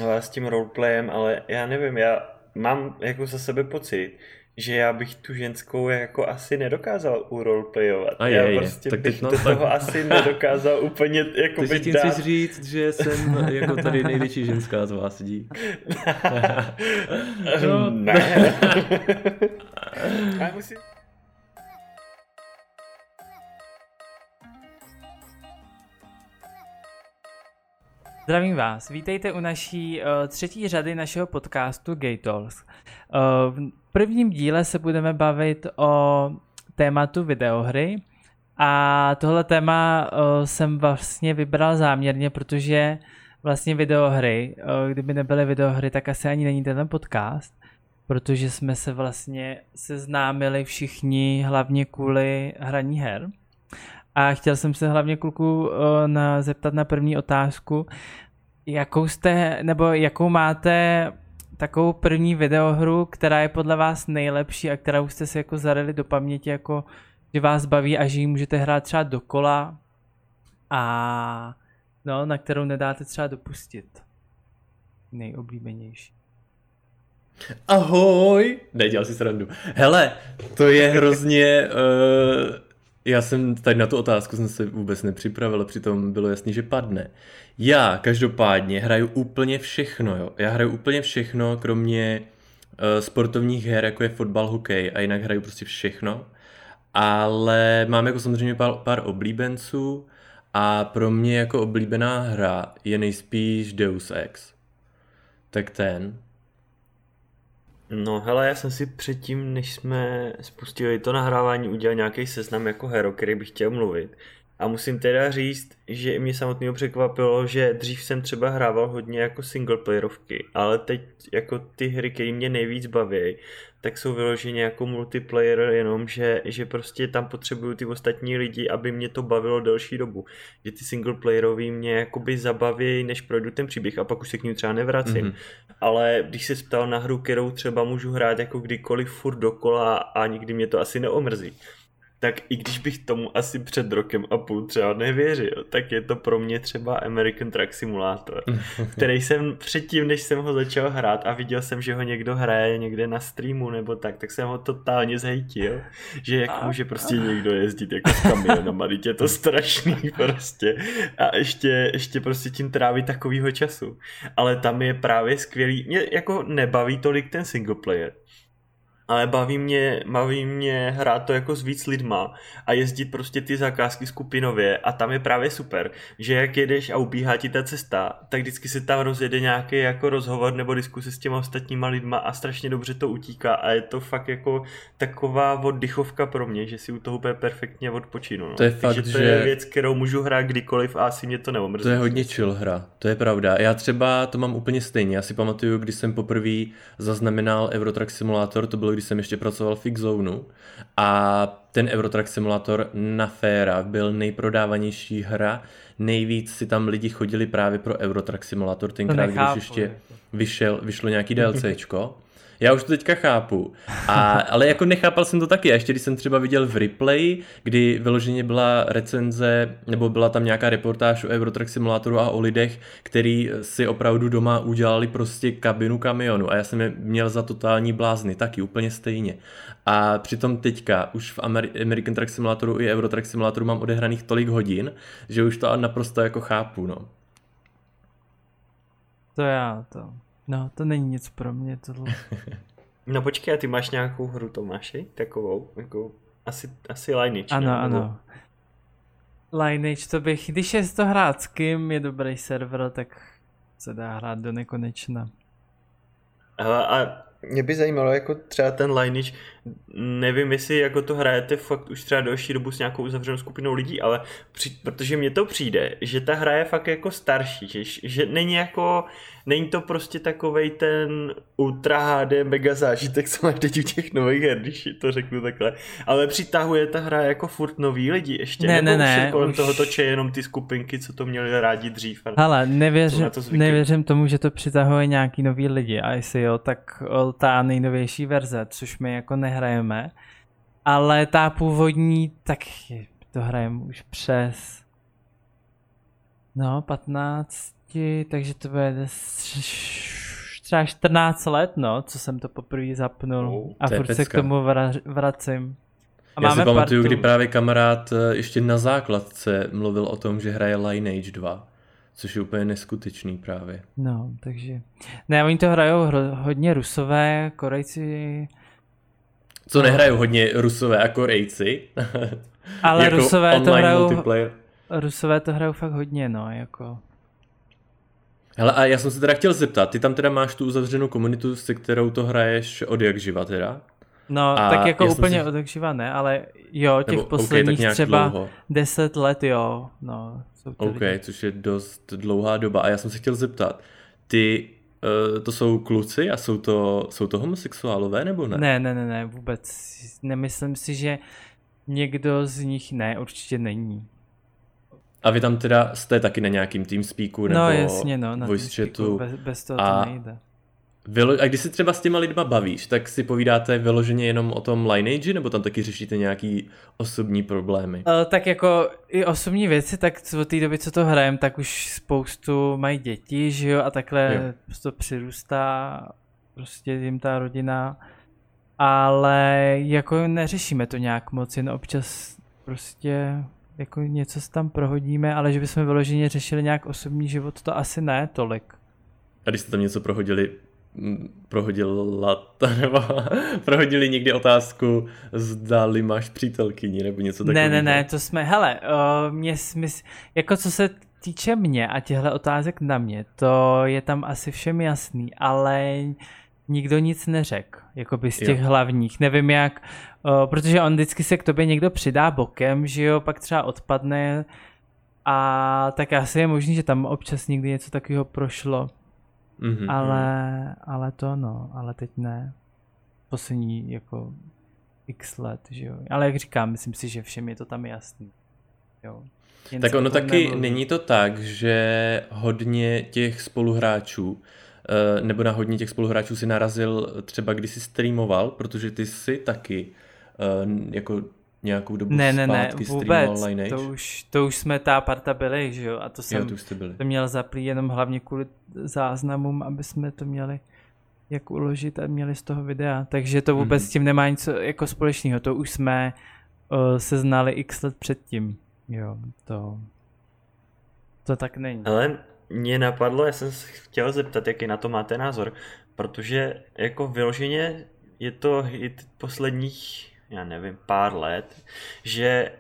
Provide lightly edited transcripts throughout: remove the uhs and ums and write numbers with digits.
s tím roleplayem, ale já nevím, já mám jako za sebe pocit, že já bych tu ženskou jako asi nedokázal uroleplayovat. A Já je, prostě tak teď bych no, do tak... toho asi nedokázal úplně jako Takže bych tím chci dát. říct, že jsem jako tady největší ženská z vás, dík. No. Ne. Já musím... Zdravím vás, vítejte u naší třetí řady našeho podcastu Gay Talks. V prvním díle se budeme bavit o tématu videohry a tohle téma jsem vlastně vybral záměrně, protože vlastně videohry, kdyby nebyly videohry, tak asi ani není ten podcast, protože jsme se vlastně seznámili všichni hlavně kvůli hraní her. A chtěl jsem se hlavně kluku zeptat na první otázku, jakou máte takovou první videohru, která je podle vás nejlepší a kterou jste si jako zarili do paměti, jako že vás baví a že ji můžete hrát třeba dokola a no, na kterou nedáte třeba dopustit. Nejoblíbenější. Ahoj! Nedělal si srandu. Hele, to je hrozně... Já jsem tady na tu otázku jsem se vůbec nepřipravil, přitom bylo jasný, že padne. Já každopádně hraju úplně všechno, jo. Já hraju úplně všechno, kromě sportovních her, jako je fotbal, hokej, a jinak hraju prostě všechno. Ale mám jako samozřejmě pár oblíbenců a pro mě jako oblíbená hra je nejspíš Deus Ex. Tak ten... No hele, já jsem si předtím, než jsme spustili to nahrávání, udělal nějaký seznam jako her, o který bych chtěl mluvit. A musím teda říct, že mě samotného překvapilo, že dřív jsem třeba hrával hodně jako singleplayerovky, ale teď jako ty hry, které mě nejvíc baví, tak jsou vyloženě jako multiplayer, jenom že prostě tam potřebuju ty ostatní lidi, aby mě to bavilo delší dobu. Že ty singleplayerový mě jakoby zabaví, než projdu ten příběh a pak už se k ním třeba nevracím. Mm-hmm. Ale když se ptal na hru, kterou třeba můžu hrát jako kdykoliv furt dokola a nikdy mě to asi neomrzí, tak i když bych tomu asi před rokem a půl třeba nevěřil, tak je to pro mě třeba American Truck Simulator, který jsem předtím, než jsem ho začal hrát a viděl jsem, že ho někdo hraje někde na streamu nebo tak jsem ho totálně zhejtil, že jak může prostě někdo jezdit jako s kamionama, teď je to strašný prostě a ještě prostě tím tráví takovýho času. Ale tam je právě skvělý, mě jako nebaví tolik ten single player, ale baví mě hrát to jako s víc lidma a jezdit prostě ty zakázky skupinově a tam je právě super, že jak jedeš a ubíhá ti ta cesta, tak vždycky se tam rozjede nějaký jako rozhovor nebo diskuse s těma ostatníma lidma a strašně dobře to utíká a je to fakt jako taková oddychovka pro mě, že si u toho úplně perfektně odpočinu. No. To je fakt, takže to je věc, kterou můžu hrát kdykoliv a asi mě to neomrzí. To je hodně chill hra, to je pravda. Já třeba to mám úplně stejně. Já si pamatuju, když jsem poprvé zaznamenal Euro Truck Simulator, to bylo, když jsem ještě pracoval v X-Zonu a ten Euro Truck Simulator na Féra byl nejprodávanější hra, nejvíc si tam lidi chodili právě pro Euro Truck Simulator, tenkrát, když ještě vyšlo nějaký DLCčko. Já už to teďka chápu, ale jako nechápal jsem to taky, a ještě když jsem třeba viděl v replay, kdy vyloženě byla recenze, nebo byla tam nějaká reportáž o Euro Truck Simulatoru a o lidech, který si opravdu doma udělali prostě kabinu kamionu a já jsem je měl za totální blázny, taky úplně stejně. A přitom teďka už v American Truck Simulatoru i Euro Truck Simulatoru mám odehraných tolik hodin, že už to naprosto jako chápu, no. To není nic pro mě tohle. No počkej, a ty máš nějakou hru, Tomáši? Takovou, jako asi Lineage. Ano. Lineage to bych, když je to hrát s kým, je dobrý server, tak se dá hrát do nekonečna. A mě by zajímalo, jako třeba ten Lineage, nevím, jestli jako to hrajete fakt už třeba delší dobu s nějakou uzavřenou skupinou lidí, ale protože mně to přijde, že ta hra je fakt jako starší, že není to prostě takovej ten ultra HD mega zážitek, co máš teď u těch nových her, když to řeknu takhle, ale přitahuje ta hra jako furt nový lidi ještě, ne, kolem už... toho točí jenom ty skupinky, co to měli rádi dřív. Hele, nevěřím tomu, že to přitahuje nějaký nový lidi a jestli jo, tak ta nejnovější verze, což my jako nehrajeme, ale ta původní, tak to hrajeme už přes 15 6, takže to bude třeba 14 let, no, co jsem to poprvé zapnul. A furt se k tomu vracím. A já si pamatuju, kdy právě kamarád ještě na základce mluvil o tom, že hraje Lineage 2, což je úplně neskutečný právě. No, takže... Ne, oni to hrajou hodně Rusové, Korejci... Co nehrajou hodně Rusové a Korejci? Ale jako Rusové to hrajou... multiplayer. Rusové to hrajou fakt hodně, no, jako... Hele, a já jsem se teda chtěl zeptat, ty tam teda máš tu uzavřenou komunitu, se kterou to hraješ od jak živa teda? No, a tak jako úplně od jak živa ne, ale jo, těch posledních třeba dlouho. 10 let, jo, no. Což je dost dlouhá doba. A já jsem se chtěl zeptat, ty, to jsou kluci a jsou to homosexuálové nebo ne? Ne, vůbec. Nemyslím si, že někdo z nich určitě není. A vy tam teda jste taky na nějakým TeamSpeaku nebo jasně, na voice chatu? Bez toho to nejde. A když se třeba s těma lidma bavíš, tak si povídáte vyloženě jenom o tom Lineage, nebo tam taky řešíte nějaký osobní problémy? Tak jako i osobní věci, tak od té doby, co to hrajem, tak už spoustu mají děti, že jo, a takhle to přirůstá prostě jim ta rodina, ale jako neřešíme to nějak moc, jen občas prostě jako něco si tam prohodíme, ale že bychom vyloženě řešili nějak osobní život, to asi ne tolik. A když jste tam něco prohodili někdy otázku, zdali máš přítelkyni nebo něco takového? Ne, to jsme, hele, jako co se týče mě a těchto otázek na mě, to je tam asi všem jasný, ale nikdo nic neřekl, jakoby z těch hlavních, nevím jak, protože on vždycky se k tobě někdo přidá bokem, že jo, pak třeba odpadne a tak asi je možný, že tam občas někdy něco takového prošlo. Ale teď ne. Poslední jako x let, že jo. Ale jak říkám, myslím si, že všem je to tam jasný. Jo. Tak ono taky není to tak, že hodně těch spoluhráčů, nebo na hodně těch spoluhráčů si narazil třeba když jsi streamoval, protože ty jsi taky jako nějakou dobu zpátky streamoval Lineage. To už jsme ta parta byli, že jo, a to jsem to měl zaplý jenom hlavně kvůli záznamům, aby jsme to měli jak uložit a měli z toho videa, takže to vůbec s tím nemá nic jako společného, to už jsme se znali x let předtím, jo, to tak není. Ale mě napadlo, já jsem se chtěl zeptat, jaký na to máte názor, protože jako vyloženě je to hit posledních, já nevím, pár let, že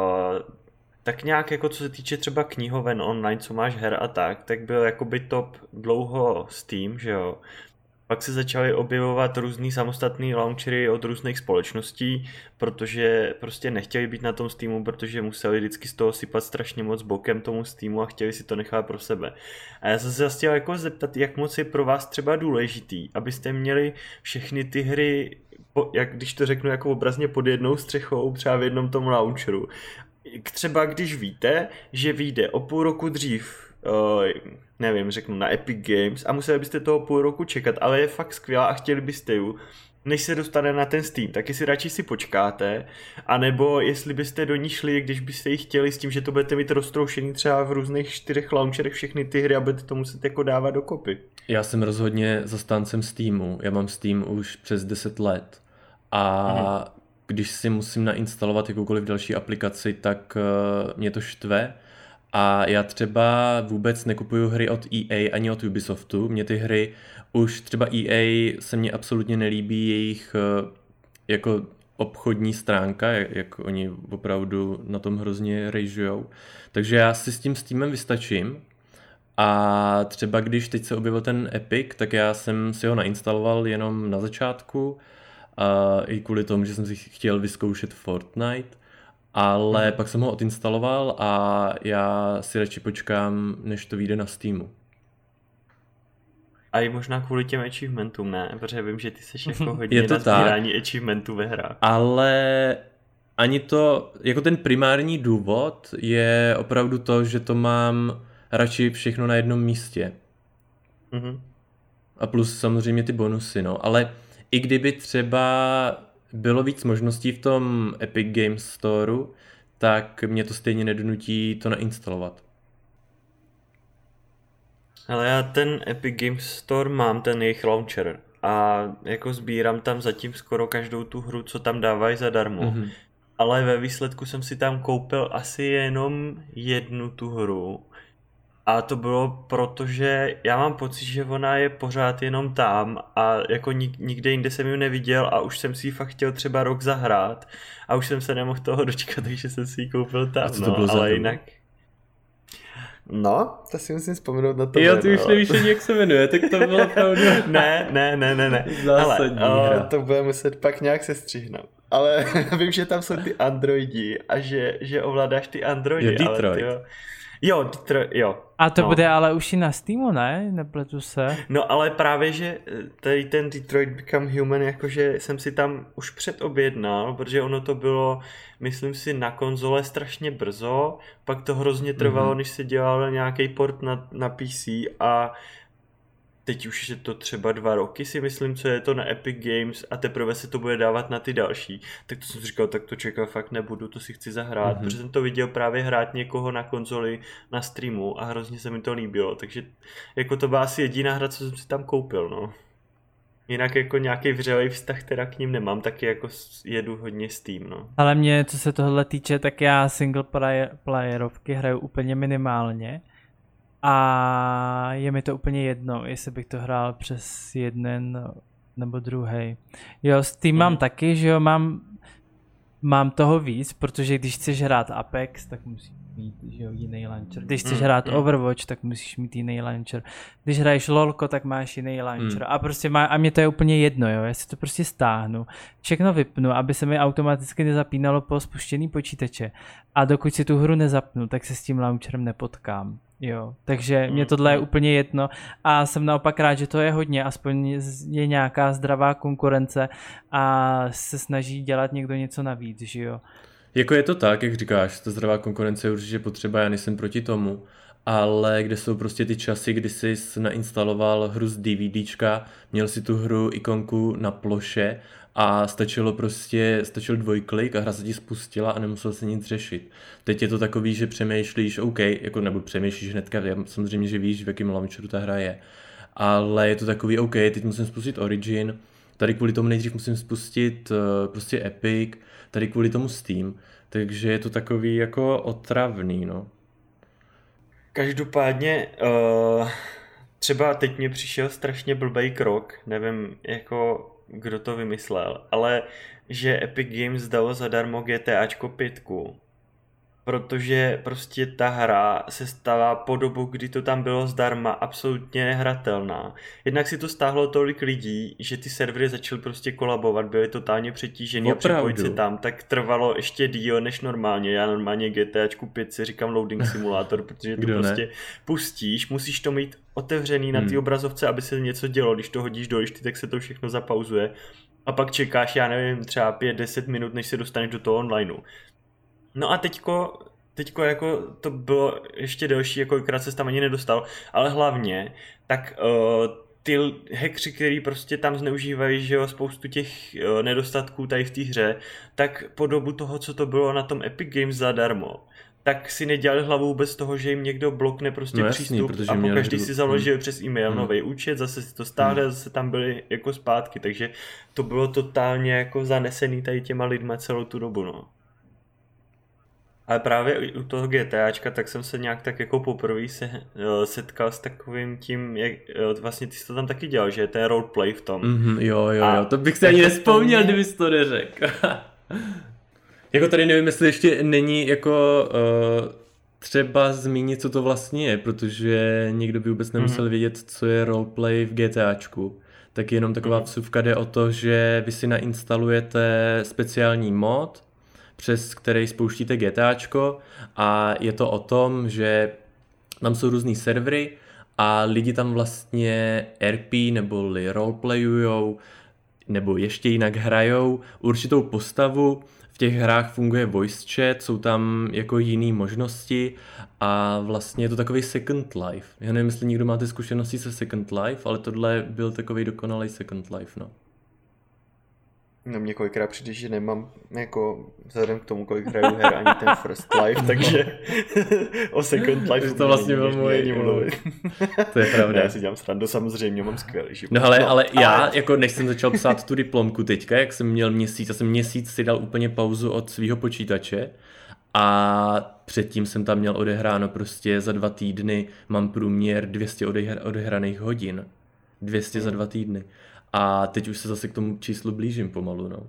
tak nějak jako co se týče třeba knihoven online, co máš her a tak byl jakoby top dlouho Steam, že jo. Pak se začaly objevovat různý samostatný launchery od různých společností, protože prostě nechtěli být na tom Steamu, protože museli vždycky z toho sypat strašně moc bokem tomu Steamu a chtěli si to nechat pro sebe. A já jsem se chtěl jako zeptat, jak moc je pro vás třeba důležitý, abyste měli všechny ty hry, jak když to řeknu jako obrazně pod jednou střechou, třeba v jednom tom launcheru. Třeba když víte, že vyjde o půl roku dřív, nevím, řeknu na Epic Games a museli byste toho půl roku čekat, ale je fakt skvělá a chtěli byste ji, než se dostane na ten Steam, tak jestli radši si počkáte, anebo jestli byste do ní šli, když byste ji chtěli s tím, že to budete mít roztroušený třeba v různých 4 launcherech všechny ty hry a budete to muset jako dávat dokopy. Já jsem rozhodně zastáncem Steamu, já mám Steam už přes 10 let a když si musím nainstalovat jakoukoliv další aplikaci, tak mě to štve. A já třeba vůbec nekupuju hry od EA ani od Ubisoftu. Mně ty hry už třeba EA se mně absolutně nelíbí jejich jako obchodní stránka, jak oni opravdu na tom hrozně rejžujou. Takže já si s tím Steamem vystačím. A třeba když teď se objevil ten Epic, tak já jsem si ho nainstaloval jenom na začátku. I kvůli tomu, že jsem si chtěl vyzkoušet Fortnite. Ale pak jsem ho odinstaloval a já si radši počkám, než to vyjde na Steamu. A i možná kvůli těm achievementům, ne? Protože vím, že ty seš jako hodně na sbírání achievementů ve hrách. Ale ani to, jako ten primární důvod je opravdu to, že to mám radši všechno na jednom místě. A plus samozřejmě ty bonusy, no. Ale i kdyby třeba bylo víc možností v tom Epic Games Storeu, tak mě to stejně nedonutí to nainstalovat. Ale já ten Epic Games Store mám, ten jejich launcher. A jako sbírám tam zatím skoro každou tu hru, co tam dávají zadarmo. Mhm. Ale ve výsledku jsem si tam koupil asi jenom jednu tu hru. A to bylo proto, že já mám pocit, že ona je pořád jenom tam a jako nikde jinde jsem ji neviděl a už jsem si ji fakt chtěl třeba rok zahrát a už jsem se nemohl toho dočkat, takže jsem si ji koupil tam, A co to bylo za ale hru? jinak. No, to si musím vzpomenout na to. Jo, ty už nevíš ani, jak se jmenuje, tak to bylo opravdu Ne. zásadní hra. To bude muset pak nějak sestřihnout. Ale vím, že tam jsou ty androidi a že ovládáš ty androidy. Jo, Detroit. Jo. A to no. bude ale už i na Steamu, ne? Nepletu se. No ale právě, že tady ten Detroit Become Human, jakože jsem si tam už předobjednal, protože ono to bylo, myslím si, na konzole strašně brzo, pak to hrozně trvalo, než se dělal nějaký port na PC a teď už je to třeba 2 roky, si myslím, co je to na Epic Games a teprve se to bude dávat na ty další. Tak to jsem si říkal, tak to čekat fakt nebudu, to si chci zahrát, protože jsem to viděl právě hrát někoho na konzoli na streamu a hrozně se mi to líbilo, takže jako to byla asi jediná hra, co jsem si tam koupil, no. Jinak jako nějaký vřelej vztah teda k ním nemám, taky jako jedu hodně Steam, no. Ale mě, co se tohle týče, tak já single playerovky hraju úplně minimálně. A je mi to úplně jedno, jestli bych to hrál přes jeden nebo druhý. Jo, Steam mám taky, že jo, mám toho víc, protože když chceš hrát Apex, tak musíš mít, že jo, jiný launcher. Když chceš hrát Overwatch, tak musíš mít jiný launcher. Když hraješ LOLko, tak máš jiný launcher. A prostě a mě to je úplně jedno, jo, já si to prostě stáhnu, všechno vypnu, aby se mi automaticky nezapínalo po spuštěný počítače. A dokud si tu hru nezapnu, tak se s tím launcherem nepotkám. Jo, takže mě tohle je úplně jedno a jsem naopak rád, že to je hodně, aspoň je nějaká zdravá konkurence a se snaží dělat někdo něco navíc, že jo. Jako je to tak, jak říkáš, ta zdravá konkurence je určitě potřeba, já nejsem proti tomu, ale kde jsou prostě ty časy, kdy jsi nainstaloval hru z DVDčka, měl si tu hru ikonku na ploše a stačil dvojklik a hra se ti spustila a nemusel se nic řešit. Teď je to takový, že přemýšlíš, OK, jako nebo přemýšlíš hnedka, samozřejmě, že víš, v jakém launcheru ta hra je, ale je to takový, OK, teď musím spustit Origin, tady kvůli tomu nejdřív musím spustit prostě Epic, tady kvůli tomu Steam, takže je to takový jako otravný, no. Každopádně třeba teď mě přišel strašně blbej krok, nevím jako kdo to vymyslel, ale že Epic Games dalo zadarmo GTAčko 5, protože prostě ta hra se stala po dobu, kdy to tam bylo zdarma, absolutně nehratelná. Jednak si to stáhlo tolik lidí, že ty servery začaly prostě kolabovat, byly totálně přetížený a připojit se tam, tak trvalo ještě díl než normálně. Já normálně GTAčku 5 si říkám loading simulátor, protože to prostě pustíš, musíš to mít otevřený na té obrazovce, aby se něco dělo, když to hodíš do lišty, tak se to všechno zapauzuje a pak čekáš, já nevím, třeba 5-10 minut, než se dostaneš do toho onlineu. No a teďko jako to bylo ještě delší, jako krát se tam ani nedostal, ale hlavně tak ty hackři, který prostě tam zneužívají, že jo, spoustu těch nedostatků tady v té hře, tak po dobu toho, co to bylo na tom Epic Games zadarmo, tak si nedělali hlavu vůbec toho, že jim někdo blokne prostě přístup a pokaždý si založil přes e-mail nový účet, zase si to stáhli a zase tam byli jako zpátky, takže to bylo totálně jako zanesený tady těma lidma celou tu dobu, no. Ale právě u toho GTAčka, tak jsem se nějak tak jako poprvé setkal s takovým tím, jak vlastně ty jsi to tam taky dělal, že je ten roleplay v tom. Jo, to bych si ani nespomněl, kdybys to neřekl. Jako tady nevím, jestli ještě není jako třeba zmínit, co to vlastně je, protože nikdo by vůbec nemusel vědět, co je roleplay v GTAčku. Tak jenom taková vsuvka, jde o to, že vy si nainstalujete speciální mod, přes který spouštíte GTAčko a je to o tom, že tam jsou různý servery a lidi tam vlastně RP nebo roleplayujou nebo ještě jinak hrajou určitou postavu. V těch hrách funguje voice chat, jsou tam jako jiné možnosti a vlastně je to takový Second Life. Já nevím, jestli někdo máte zkušenosti se Second Life, ale tohle byl takový dokonalý Second Life, no. No mě kolikrát přijde, že nemám, jako vzhledem k tomu, kolik hraju her, ani ten First Life, takže o Second Life to vlastně bylo moje mluvit. To je pravda. Ne, já si dělám srandu, samozřejmě mám skvělý život. No ale já, jako než jsem začal psát tu diplomku teďka, jak jsem měl měsíc, já jsem měsíc si dal úplně pauzu od svého počítače a předtím jsem tam měl odehráno prostě za 2 týdny, mám průměr 200 odehraných hodin. 200 za 2 týdny. A teď už se zase k tomu číslu blížím pomalu, no.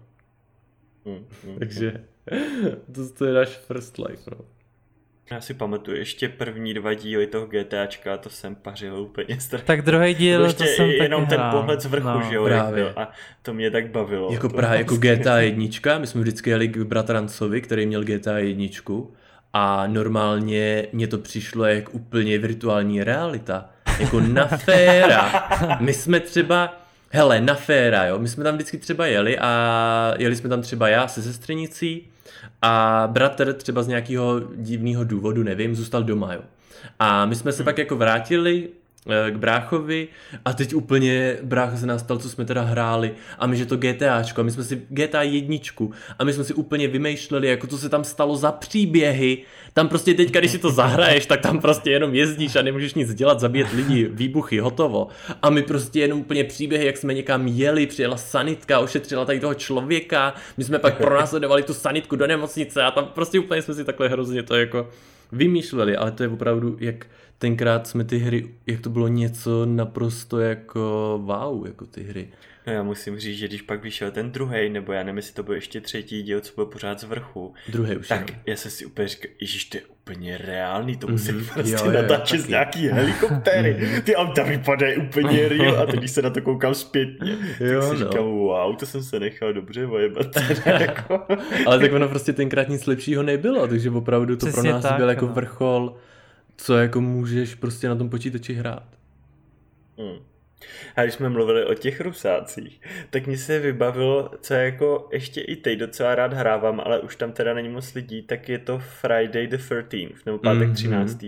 Takže to je náš First Life, no. Já si pamatuju ještě první 2 díly toho GTAčka, to jsem pařil úplně strašně. Tak druhý díl, to jsem jenom taky ten pohled z vrchu, no, že jo, právě. a to mě tak bavilo. Jako to právě jako GTA 1, my jsme vždycky jeli k bratrancovi, který měl GTA 1 a normálně mně to přišlo jak úplně virtuální realita. Jako na féra. My jsme třeba, hele, na féra, jo, my jsme tam vždycky třeba jeli a jeli jsme tam třeba já se sestřenicí a bratr třeba z nějakého divného důvodu, nevím, zůstal doma, jo. A my jsme se pak jako vrátili k bráchovi a teď úplně brácha se nás ptal, co jsme teda hráli a my, že to GTAčko a my jsme si GTA 1 a my jsme si úplně vymýšleli, jako co se tam stalo za příběhy. Tam prostě teďka, když si to zahraješ, tak tam prostě jenom jezdíš a nemůžeš nic dělat, zabíjet lidi, výbuchy, hotovo. A my prostě jenom úplně příběhy, jak jsme někam jeli, přijela sanitka, ošetřila tady toho člověka, my jsme pak pronásledovali tu sanitku do nemocnice a tam prostě úplně jsme si takhle hrozně to jako vymýšleli, ale to je opravdu, jak tenkrát jsme ty hry, jak to bylo něco naprosto jako wow, jako ty hry. No já musím říct, že když pak vyšel ten druhej, nebo já nevím, jestli to byl ještě 3. díl, co byl pořád z vrchu, Druhý už tak je. já jsem si úplně říkal, ježiš, to je úplně reálný, to musí prostě natáčet z taky. nějaký helikoptéry, ty auta vypadají úplně real a teď když se na to koukám zpětně, tak si říkám, wow, to jsem se nechal dobře vojebat. Jako. Ale tak ono prostě tenkrát nic lepšího nebylo, takže opravdu to Přesně pro nás tak, byl jako no. vrchol, co jako můžeš prostě na tom počítači hrát. A když jsme mluvili o těch rusácích, tak mi se vybavilo, co jako ještě i teď docela rád hrávám, ale už tam teda není moc lidí, tak je to Friday the 13th, nebo pátek 13.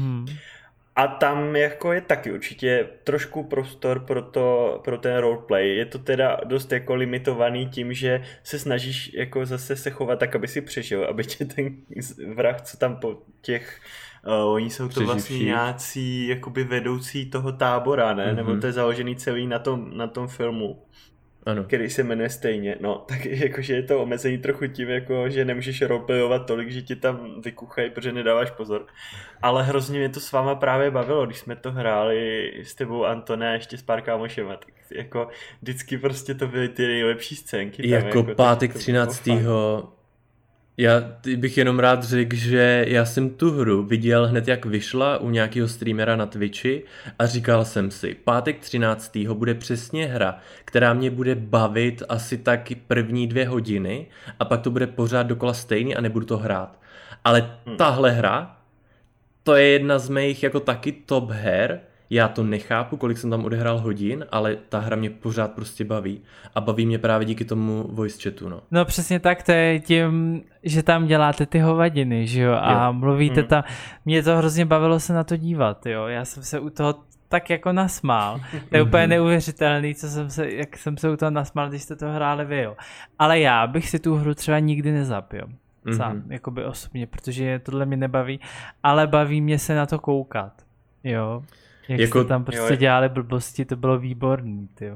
A tam jako je taky určitě trošku prostor pro ten roleplay. Je to teda dost jako limitovaný tím, že se snažíš jako zase se chovat tak, aby si přežil, aby tě ten vrah, co tam po těch oni jsou to vlastně nějací jakoby vedoucí toho tábora, ne? Nebo to je založený celý na tom filmu. Ano. Který se jmenuje stejně, no, tak jakože je to omezený trochu tím, jako, že nemůžeš roleplayovat tolik, že ti tam vykuchají, protože nedáváš pozor. Ale hrozně mě to s váma právě bavilo, když jsme to hráli s tebou, Antone, a ještě s pár kámošema, tak jako vždycky prostě to byly ty nejlepší scénky. Tam, jako pátek 13. Já bych jenom rád řekl, že já jsem tu hru viděl hned jak vyšla u nějakého streamera na Twitchi a říkal jsem si, pátek 13. bude přesně hra, která mě bude bavit asi tak první 2 hodiny a pak to bude pořád dokola stejný a nebudu to hrát. Ale tahle hra, to je jedna z mých jako taky top her. Já to nechápu, kolik jsem tam odehrál hodin, ale ta hra mě pořád prostě baví. A baví mě právě díky tomu voice chatu, no. No přesně tak, to je tím, že tam děláte ty hovadiny, že jo, a mluvíte tam. Mě to hrozně bavilo se na to dívat, jo. Já jsem se u toho tak jako nasmál. To je úplně neuvěřitelný, jak jsem se u toho nasmál, když jste to hráli vy, jo. Ale já bych si tu hru třeba nikdy nezapil. Sám, jakoby osobně, protože tohle mě nebaví, ale baví mě se na to koukat, jo. Jak jako, jste tam prostě dělali blbosti, to bylo výborný, tyjo.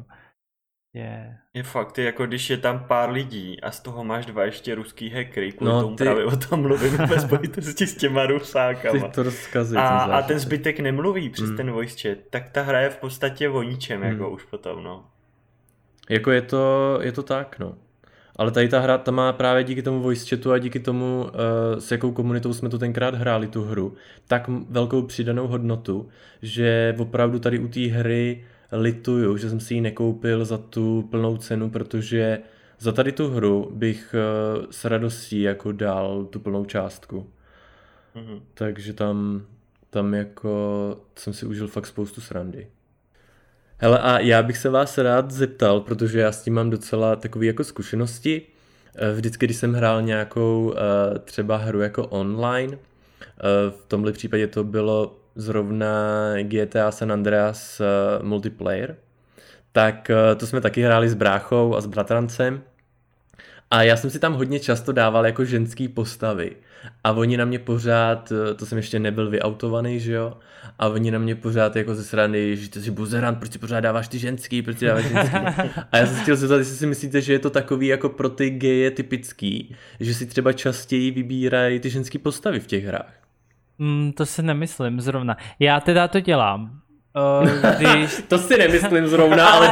Je fakt, jako když je tam pár lidí a z toho máš 2 ještě ruský hackery, kvůli tomu právě o tom mluvím ve spojitosti s těma rusákama. To rozkazuj, a ten zbytek nemluví přes ten voice chat, tak ta hra je v podstatě o ničem, jako už potom, no. Jako je to tak, no. Ale tady ta hra, ta má právě díky tomu voice chatu a díky tomu, s jakou komunitou jsme to tenkrát hráli tu hru, tak velkou přidanou hodnotu, že opravdu tady u té hry lituju, že jsem si ji nekoupil za tu plnou cenu, protože za tady tu hru bych s radostí jako dal tu plnou částku. Takže tam jako jsem si užil fakt spoustu srandy. Hele, a já bych se vás rád zeptal, protože já s tím mám docela takové jako zkušenosti. Vždycky, když jsem hrál nějakou třeba hru jako online, v tomhle případě to bylo zrovna GTA San Andreas multiplayer, tak to jsme taky hráli s bráchou a s bratrancem A já jsem si tam hodně často dával jako ženský postavy. A oni na mě pořád, to jsem ještě nebyl vyautovaný, že jo? A oni na mě pořád jako ze srandy, že ty jsi buzerant, proč si pořád dáváš ty ženský, proč si dáváš ženský. A já jsem si chtěl zeptat, jestli si myslíte, že je to takový jako pro ty geje typický, že si třeba častěji vybírají ty ženský postavy v těch hrách. To si nemyslím zrovna. Já teda to dělám. To si nemyslím zrovna, ale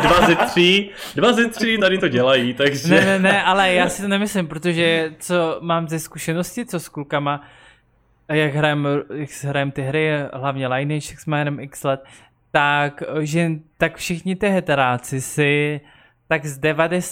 2 ze 3 tady to dělají, takže... Ne, ale já si to nemyslím, protože co mám ze zkušenosti, co s klukama, jak hrajem ty hry, hlavně Lineage, jak jsme jenom x let, tak všichni ty heteráci si tak z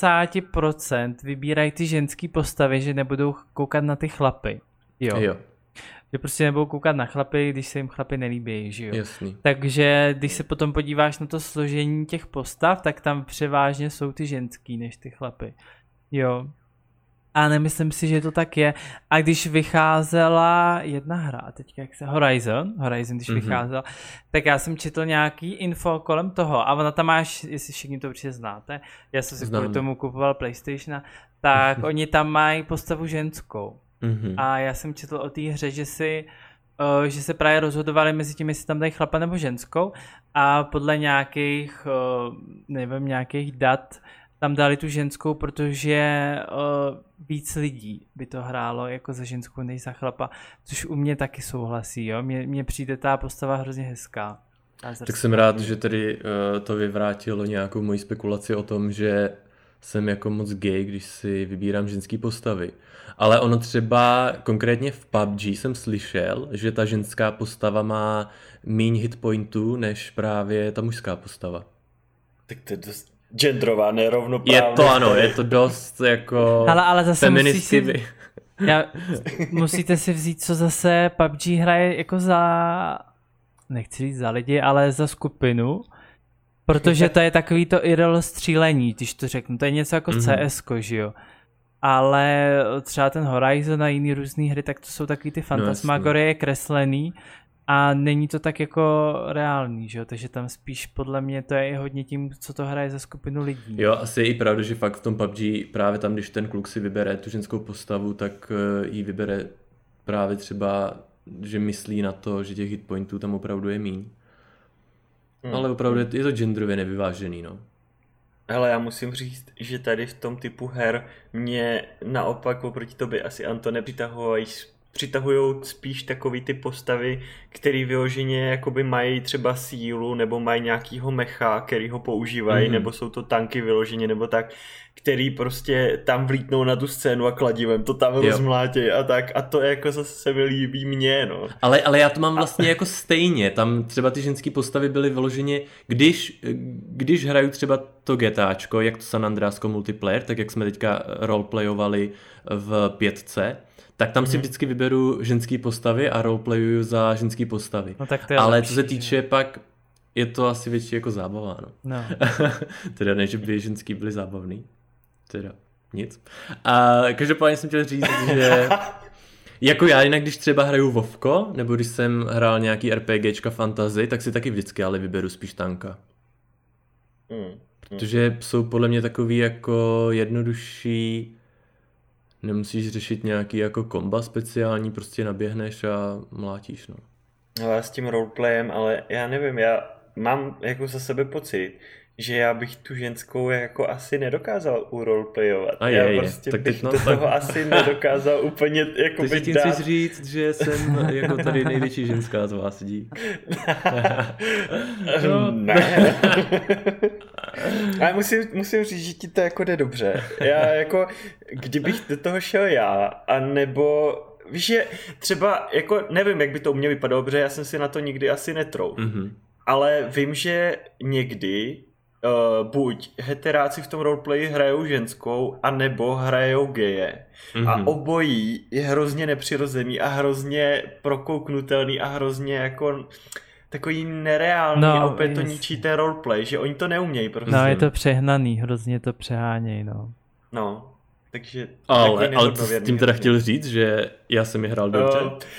90% vybírají ty ženský postavy, že nebudou koukat na ty chlapy. Jo. Že prostě nebudou koukat na chlapy, když se jim chlapy nelíbí, že jo. Jasný. Takže když se potom podíváš na to složení těch postav, tak tam převážně jsou ty ženský než ty chlapy. Jo. A nemyslím si, že to tak je. A když vycházela jedna hra, teďka jak se Horizon, když vycházela, tak já jsem četl nějaký info kolem toho a ona tam máš, jestli všichni to určitě znáte, já jsem si kvůli tomu kupoval PlayStation, tak oni tam mají postavu ženskou. A já jsem četl o té hře, že se právě rozhodovali mezi tím, jestli tam dají chlapa nebo ženskou a podle nějakých, nějakých dat tam dali tu ženskou, protože víc lidí by to hrálo jako za ženskou než za chlapa, což u mě taky souhlasí, jo. Mně přijde ta postava hrozně hezká. Tak jsem rád, že tedy to vyvrátilo nějakou moji spekulaci o tom, že jsem jako moc gay, když si vybírám ženský postavy. Ale ono třeba konkrétně v PUBG jsem slyšel, že ta ženská postava má míň hitpointů než právě ta mužská postava. Tak to je dost genderová nerovnoprávnost. Je to ano, je to dost jako ale zase feministky. Musíte si vzít, co zase PUBG hraje jako nechci říct za lidi, ale za skupinu. Protože to je takový to IRL střílení, když to řeknu. To je něco jako CSko, že jo. Ale třeba ten Horizon a jiný různý hry, tak to jsou takový ty fantasmagorie kreslený a není to tak jako reálný, že jo. Takže tam spíš podle mě to je i hodně tím, co to hraje za skupinu lidí. Jo, asi je i pravda, že fakt v tom PUBG právě tam, když ten kluk si vybere tu ženskou postavu, tak jí vybere právě třeba, že myslí na to, že těch hitpointů tam opravdu je míň. Ale opravdu je to genderově nevyvážený, no. Hele, já musím říct, že tady v tom typu her mě naopak oproti tobě asi, Antone, přitahují spíš takový ty postavy, který vyloženě jakoby mají třeba sílu nebo mají nějakýho mecha, který ho používají, nebo jsou to tanky vyloženě nebo tak, který prostě tam vlítnou na tu scénu a kladivem to tam rozmlátějí a tak, a to jako zase se mi líbí mně, no. Ale já to mám vlastně jako stejně, tam třeba ty ženský postavy byly vyloženě, když hraju třeba to GTAčko, jak to San Andreasko multiplayer, tak jak jsme teďka roleplayovali v 5, tak tam si vždycky vyberu ženský postavy a roleplayuju za ženský postavy. No, tak to je ale lepší, co se týče pak, je to asi větší jako zábava, no. Teda ne, že by ženský byly zábavný. Teda nic. A každopádně jsem chtěl říct, že jako já jinak, když třeba hraju Vovko, nebo když jsem hrál nějaký RPGčka fantasy, tak si taky vždycky ale vyberu spíš tanka. Protože jsou podle mě takový jako jednodušší, nemusíš řešit nějaký jako komba speciální, prostě naběhneš a mlátíš, no. Ale já s tím roleplayem, ale já nevím, já mám jako za sebe pocit, že já bych tu ženskou jako asi nedokázal uroleplayovat. Já prostě tak bych do toho asi nedokázal úplně jako bych dát. Takže chceš říct, že jsem jako tady největší ženská z vás, dík. Ne. Ale musím říct, že ti to jako jde dobře. Já jako, kdybych do toho šel já, anebo víš, že třeba, jako nevím, jak by to u mě vypadalo, protože já jsem si na to nikdy asi netrouf. Ale vím, že někdy buď heteráci v tom roleplayi hrajou ženskou, anebo hrajou geje. A obojí je hrozně nepřirozený a hrozně prokouknutelný a hrozně jako takový nereálný a opět to ničí ten roleplay, že oni to neumějí prostě. No, je to přehnaný, hrozně to přeháněj, no. No. Takže ale tím teda chtěl říct, že já jsem je hrál dobře?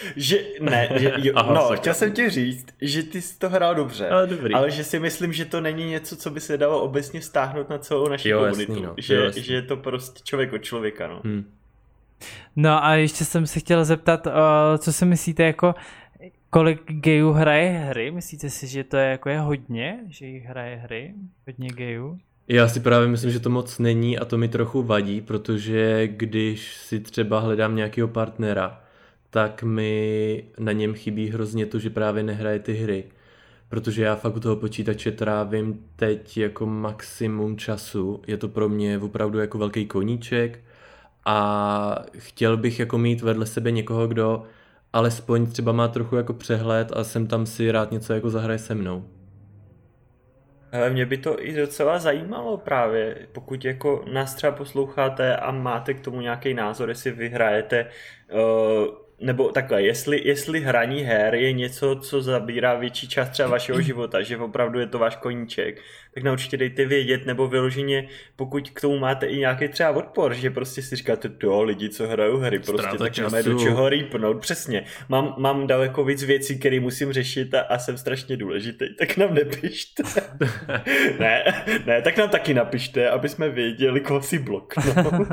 Chtěl jsem ti říct, že ty jsi to hrál dobře, ale že si myslím, že to není něco, co by se dalo obecně vztáhnout na celou naši komunitu. Jasný, že je to prostě člověk od člověka, no. No a ještě jsem se chtěl zeptat, co si myslíte, jako kolik gayů hraje hry? Myslíte si, že to je hodně, že jich hraje hry? Hodně gayů? Já si právě myslím, že to moc není a to mi trochu vadí, protože když si třeba hledám nějakého partnera, tak mi na něm chybí hrozně to, že právě nehraje ty hry. Protože já fakt u toho počítače trávím teď jako maximum času. Je to pro mě opravdu jako velký koníček a chtěl bych jako mít vedle sebe někoho, kdo alespoň třeba má trochu jako přehled a sem tam si rád něco jako zahraje se mnou. Ale mě by to i docela zajímalo právě, pokud jako nás třeba posloucháte a máte k tomu nějaký názor, jestli vyhrajete, nebo takhle, jestli hraní her je něco, co zabírá větší část třeba vašeho života, že opravdu je to váš koníček, tak nám určitě dejte vědět, nebo vyloženě, pokud k tomu máte i nějaký třeba odpor, že prostě si říkáte, lidi, co hrajou hry, prostě tak máme do čeho rýpnout, přesně. Mám daleko víc věcí, které musím řešit a jsem strašně důležitý, tak nám nepište. ne, tak nám taky napište, aby jsme věděli, koho si bloknout.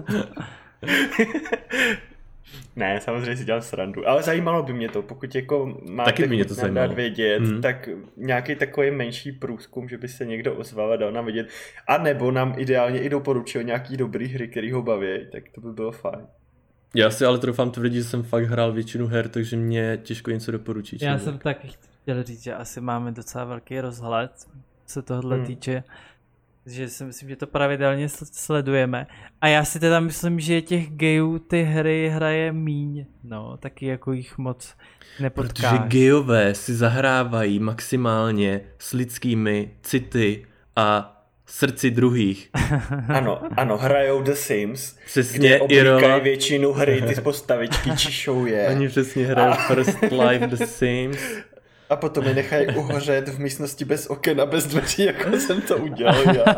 Ne, samozřejmě si dělám srandu, ale zajímalo by mě to, pokud jako máte chuť dát vědět, tak nějaký takový menší průzkum, že by se někdo ozval a dal nám vědět, a nebo nám ideálně i doporučil nějaký dobrý hry, který ho baví, tak to by bylo fajn. Já si ale troufám tvrdit, že jsem fakt hrál většinu her, takže mě těžko něco doporučit. Já jsem taky chtěl říct, že asi máme docela velký rozhled, co tohle týče. Že si myslím, že to pravidelně sledujeme. A já si teda myslím, že těch gayů ty hry hraje míň. No, taky jako jich moc nepotkáš. Protože gayové si zahrávají maximálně s lidskými city a srdci druhých. Ano, hrajou The Sims, přesně, kde oblíkají většinu hry, ty postavičky čišou je. Oni přesně hrajou First Life The Sims. A potom je nechají uhořet v místnosti bez oken a bez dveří, jako jsem to udělal já.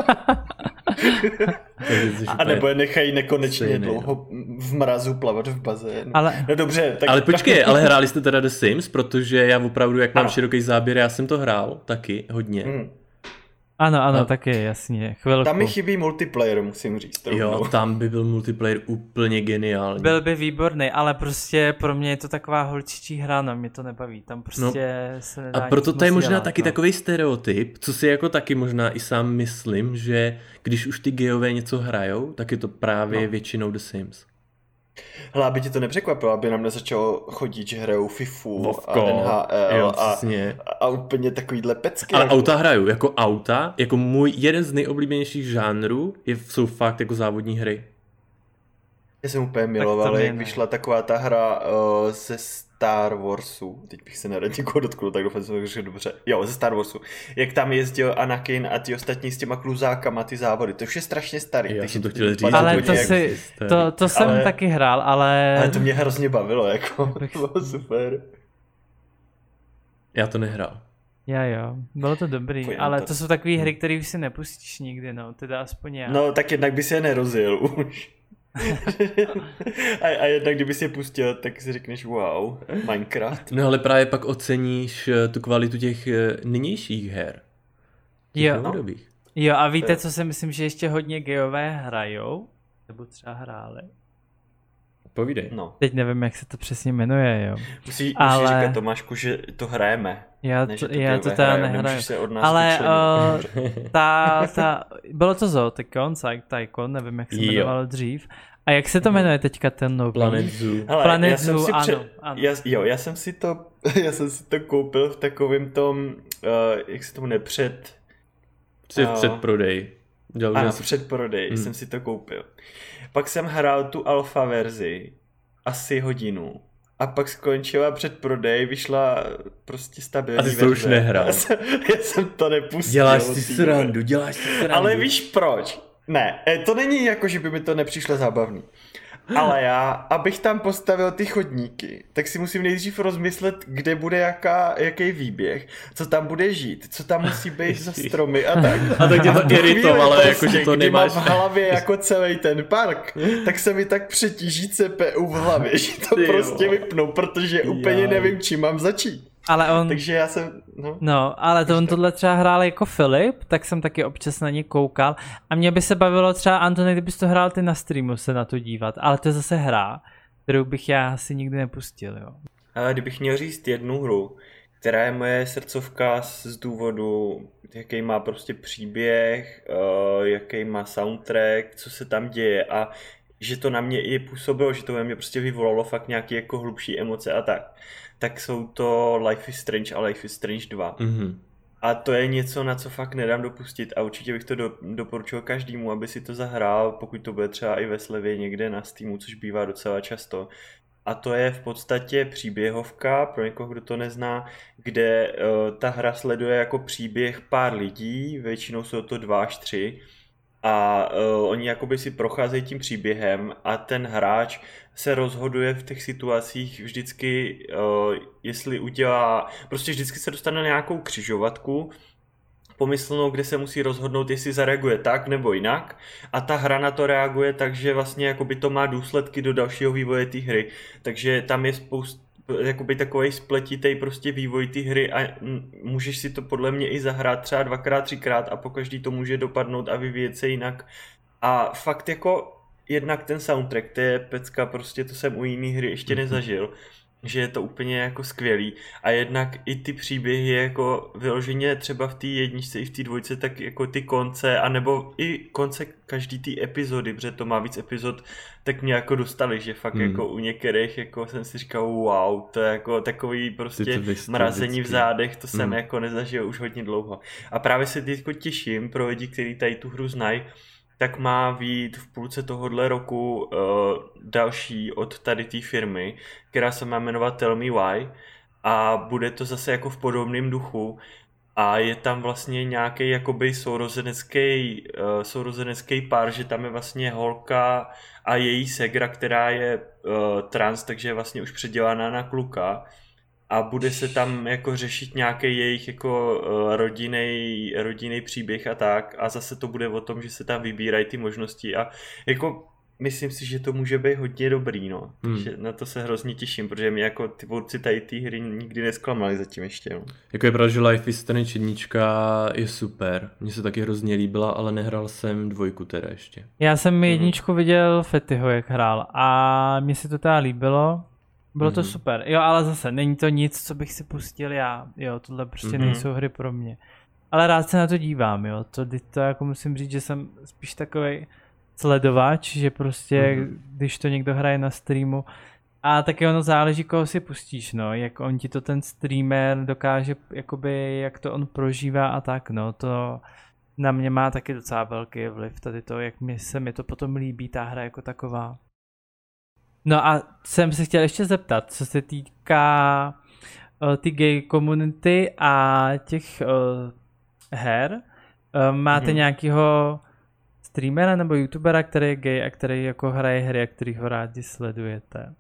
A nebo je nechají nekonečně dlouho v mrazu plavat v bazénu. No dobře. Tak... Ale počkej, ale hráli jste teda The Sims, protože já opravdu, jak mám široký záběr, já jsem to hrál taky hodně. Ano, taky, jasně, chvilku. Tam mi chybí multiplayer, musím říct. Jo, tam by byl multiplayer úplně geniální. Byl by výborný, ale prostě pro mě je to taková holčičí hra, no, mě to nebaví, tam prostě se nedá. A proto to je možná dělat, taky takový stereotyp, co si jako taky možná i sám myslím, že když už ty gayové něco hrajou, tak je to právě většinou The Sims. Hele, aby tě to nepřekvapilo, aby nám nezačalo chodit, že hrajou FIFU a NHL a úplně takovýhle pecky. Ale auta hraju, jako auta, jako můj jeden z nejoblíbenějších žánrů jsou fakt jako závodní hry. Já jsem úplně miloval, jak vyšla taková ta hra ze Star Warsu, teď bych se nerad někoho dotknul, tak doufám, že to dobře. Jo, ze Star Warsu. Jak tam jezdil Anakin a ty ostatní s těma kluzákama, ty závody, to už je strašně starý. Já jsem to chtěl říct. Ale to jsem taky hrál, ale... Ale to mě hrozně bavilo, jako, to bylo super. Já to nehrál. Jo, bylo to dobrý, ale to jsou takové hry, které už si nepustíš nikdy, no, teda aspoň já. No, tak jednak by si je nerozjel už. a jednak kdyby si je pustil, tak si řekneš wow, Minecraft. No ale právě pak oceníš tu kvalitu těch nynějších her. Jo, a víte, co si myslím, že ještě hodně gayové hrajou? Nebo třeba hráli? Povídej. No. Teď nevím, jak se to přesně jmenuje, jo. Musíš říkat, Tomášku, že to hrajeme. Já to teda nehraju. Ale bylo to Zootycoon, Tycoon, nevím, jak se jmenoval dřív. A jak se to jmenuje teďka ten nový? Planet Zoo. Planet Zoo, ano. Já jsem si to koupil v takovém tom, jak se tomu předprodej. Předprodej jsem si to koupil. Pak jsem hrál tu alfa verzi asi hodinu. A pak skončila předprodej, vyšla prostě stabilní verze. A ty to už nehrál. Já jsem to nepustil. Děláš si srandu. Ale víš proč? Ne, to není jako, že by mi to nepřišlo zábavný. Ale já, abych tam postavil ty chodníky, tak si musím nejdřív rozmyslet, kde bude jaký výběh, co tam bude žít, co tam musí být za stromy a tak. A tak tě to iritovalo, prostě, jako že to nemáš. Mám v hlavě jako celý ten park, tak se mi tak přetíží CPU v hlavě, že to prostě vypnu, protože úplně nevím, čím mám začít. Ale on... Takže já jsem... No, ale to on tohle třeba hrál jako Filip, tak jsem taky občas na ně koukal. A mě by se bavilo třeba, Antony, kdybys to hrál ty na streamu se na to dívat. Ale to je zase hra, kterou bych já asi nikdy nepustil, jo. Ale kdybych měl říct jednu hru, která je moje srdcovka z důvodu, jaký má prostě příběh, jaký má soundtrack, co se tam děje a že to na mě i působilo, že to ve mě prostě vyvolalo fakt nějaké jako hlubší emoce a tak jsou to Life is Strange a Life is Strange 2. Mm-hmm. A to je něco, na co fakt nedám dopustit a určitě bych to doporučil každému, aby si to zahrál, pokud to bude třeba i ve slevě někde na Steamu, což bývá docela často. A to je v podstatě příběhovka, pro někoho, kdo to nezná, kde ta hra sleduje jako příběh pár lidí, většinou jsou to 2 až 3, a oni jakoby si procházejí tím příběhem a ten hráč se rozhoduje v těch situacích vždycky, jestli udělá, prostě vždycky se dostane na nějakou křižovatku pomyslnou, kde se musí rozhodnout, jestli zareaguje tak nebo jinak a ta hra na to reaguje tak, že vlastně jakoby to má důsledky do dalšího vývoje té hry, takže tam je jakoby takovej spletitej prostě vývoj té hry a můžeš si to podle mě i zahrát třeba 2x, 3x a pokaždý to může dopadnout a vyvíjet se jinak a fakt jako jednak ten soundtrack, to je pecka, prostě to jsem u jiný hry ještě nezažil, že je to úplně jako skvělý a jednak i ty příběhy jako vyloženě třeba v té jedničce i v té dvojce, tak jako ty konce, anebo i konce každý té epizody, protože to má víc epizod, tak mě jako dostali, že fakt jako u některých jako jsem si říkal wow, to je jako takový prostě mrazení v zádech, to jsem jako nezažil už hodně dlouho. A právě se teďko těším pro lidi, kteří tady tu hru znají, tak má vyjít v půlce tohohle roku další od tady té firmy, která se má jmenovat Tell Me Why a bude to zase jako v podobném duchu a je tam vlastně nějaký jakoby sourozenecký pár, že tam je vlastně holka a její segra, která je trans, takže je vlastně už předělaná na kluka. A bude se tam jako řešit nějaký jejich jako rodinný příběh a tak. A zase to bude o tom, že se tam vybírají ty možnosti a jako myslím si, že to může být hodně dobrý, no. Takže na to se hrozně těším, protože mě jako ty tvůrci tady té hry nikdy nesklamali zatím ještě, no. Jako je pravda, že Life is Strange 1 je super. Mně se taky hrozně líbila, ale nehrál jsem 2 teda ještě. Já jsem 1 viděl Fetyho, jak hrál a mně se to teda líbilo. Bylo to super, jo, ale zase není to nic, co bych si pustil já, jo, tohle prostě nejsou hry pro mě. Ale rád se na to dívám, jo, to jako musím říct, že jsem spíš takovej sledovač, že prostě když to někdo hraje na streamu a taky ono záleží, koho si pustíš, no, jak on ti to ten streamer dokáže, jakoby, jak to on prožívá a tak, no, to na mě má taky docela velký vliv, tady to, jak se mi to potom líbí, ta hra jako taková. No a jsem se chtěl ještě zeptat, co se týká ty gay komunity a těch her. Máte nějakého streamera nebo youtubera, který je gay a který jako hraje hry a který ho rádi sledujete?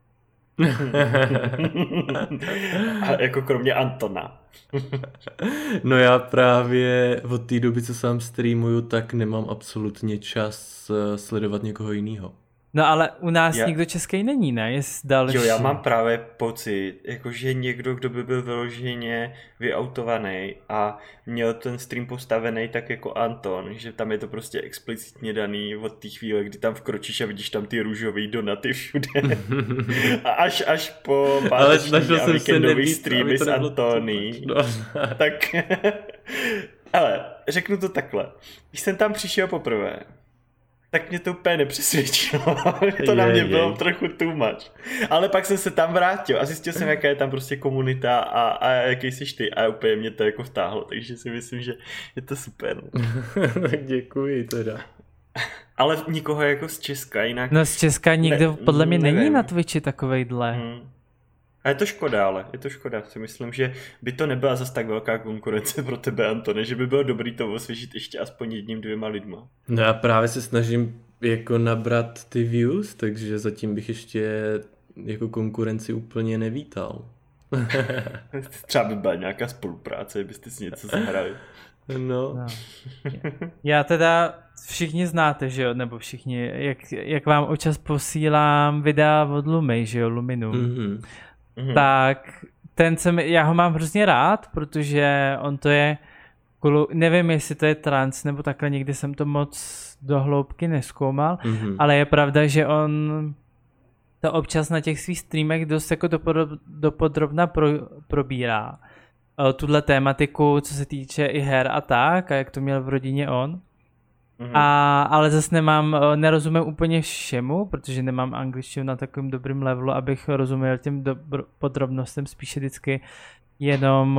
A jako kromě Antona. No já právě od té doby, co sám streamuju, tak nemám absolutně čas sledovat někoho jiného. No ale u nás nikdo český není, ne? Je další. Jo, já mám právě pocit, jakože někdo, kdo by byl vyloženě vyautovaný a měl ten stream postavený tak jako Anton, že tam je to prostě explicitně daný od té chvíle, kdy tam vkročíš a vidíš tam ty růžový donaty všude. A až po páteční a víkendový streamy s Antoní. No. Tak, ale řeknu to takhle. Když jsem tam přišel poprvé, tak mě to úplně nepřesvědčilo. To na mě bylo trochu too much. Ale pak jsem se tam vrátil a zjistil jsem, jaká je tam prostě komunita a jaký jsi ty. A úplně mě to jako vtáhlo, takže si myslím, že je to super. Tak děkuji teda. Ale nikoho jako z Česka jinak. No z Česka nikdo podle mě není na Twitchi takovejhle. A je to škoda, ale je to škoda. Si myslím, že by to nebyla zas tak velká konkurence pro tebe, Antone, že by bylo dobrý to osvěžit ještě aspoň 1-2 lidma. No já právě se snažím jako nabrat ty views, takže zatím bych ještě jako konkurenci úplně nevítal. Třeba by byla nějaká spolupráce, byste si něco zahrali. No. Já teda, všichni znáte, že jo, nebo všichni, jak vám občas posílám videa od Lumy, že jo, Luminu. Mm-hmm. Tak ten já ho mám hrozně rád, protože on to je, nevím jestli to je trans, nebo takhle, nikdy jsem to moc do hloubky nezkoumal, ale je pravda, že on to občas na těch svých streamech dost jako dopodrobna probírá. Tuhle tématiku, co se týče i her a tak, a jak to měl v rodině on. Ale zase nerozumím úplně všemu, protože nemám angličtinu na takovém dobrém levelu, abych rozuměl těm podrobnostem, spíše vždycky jenom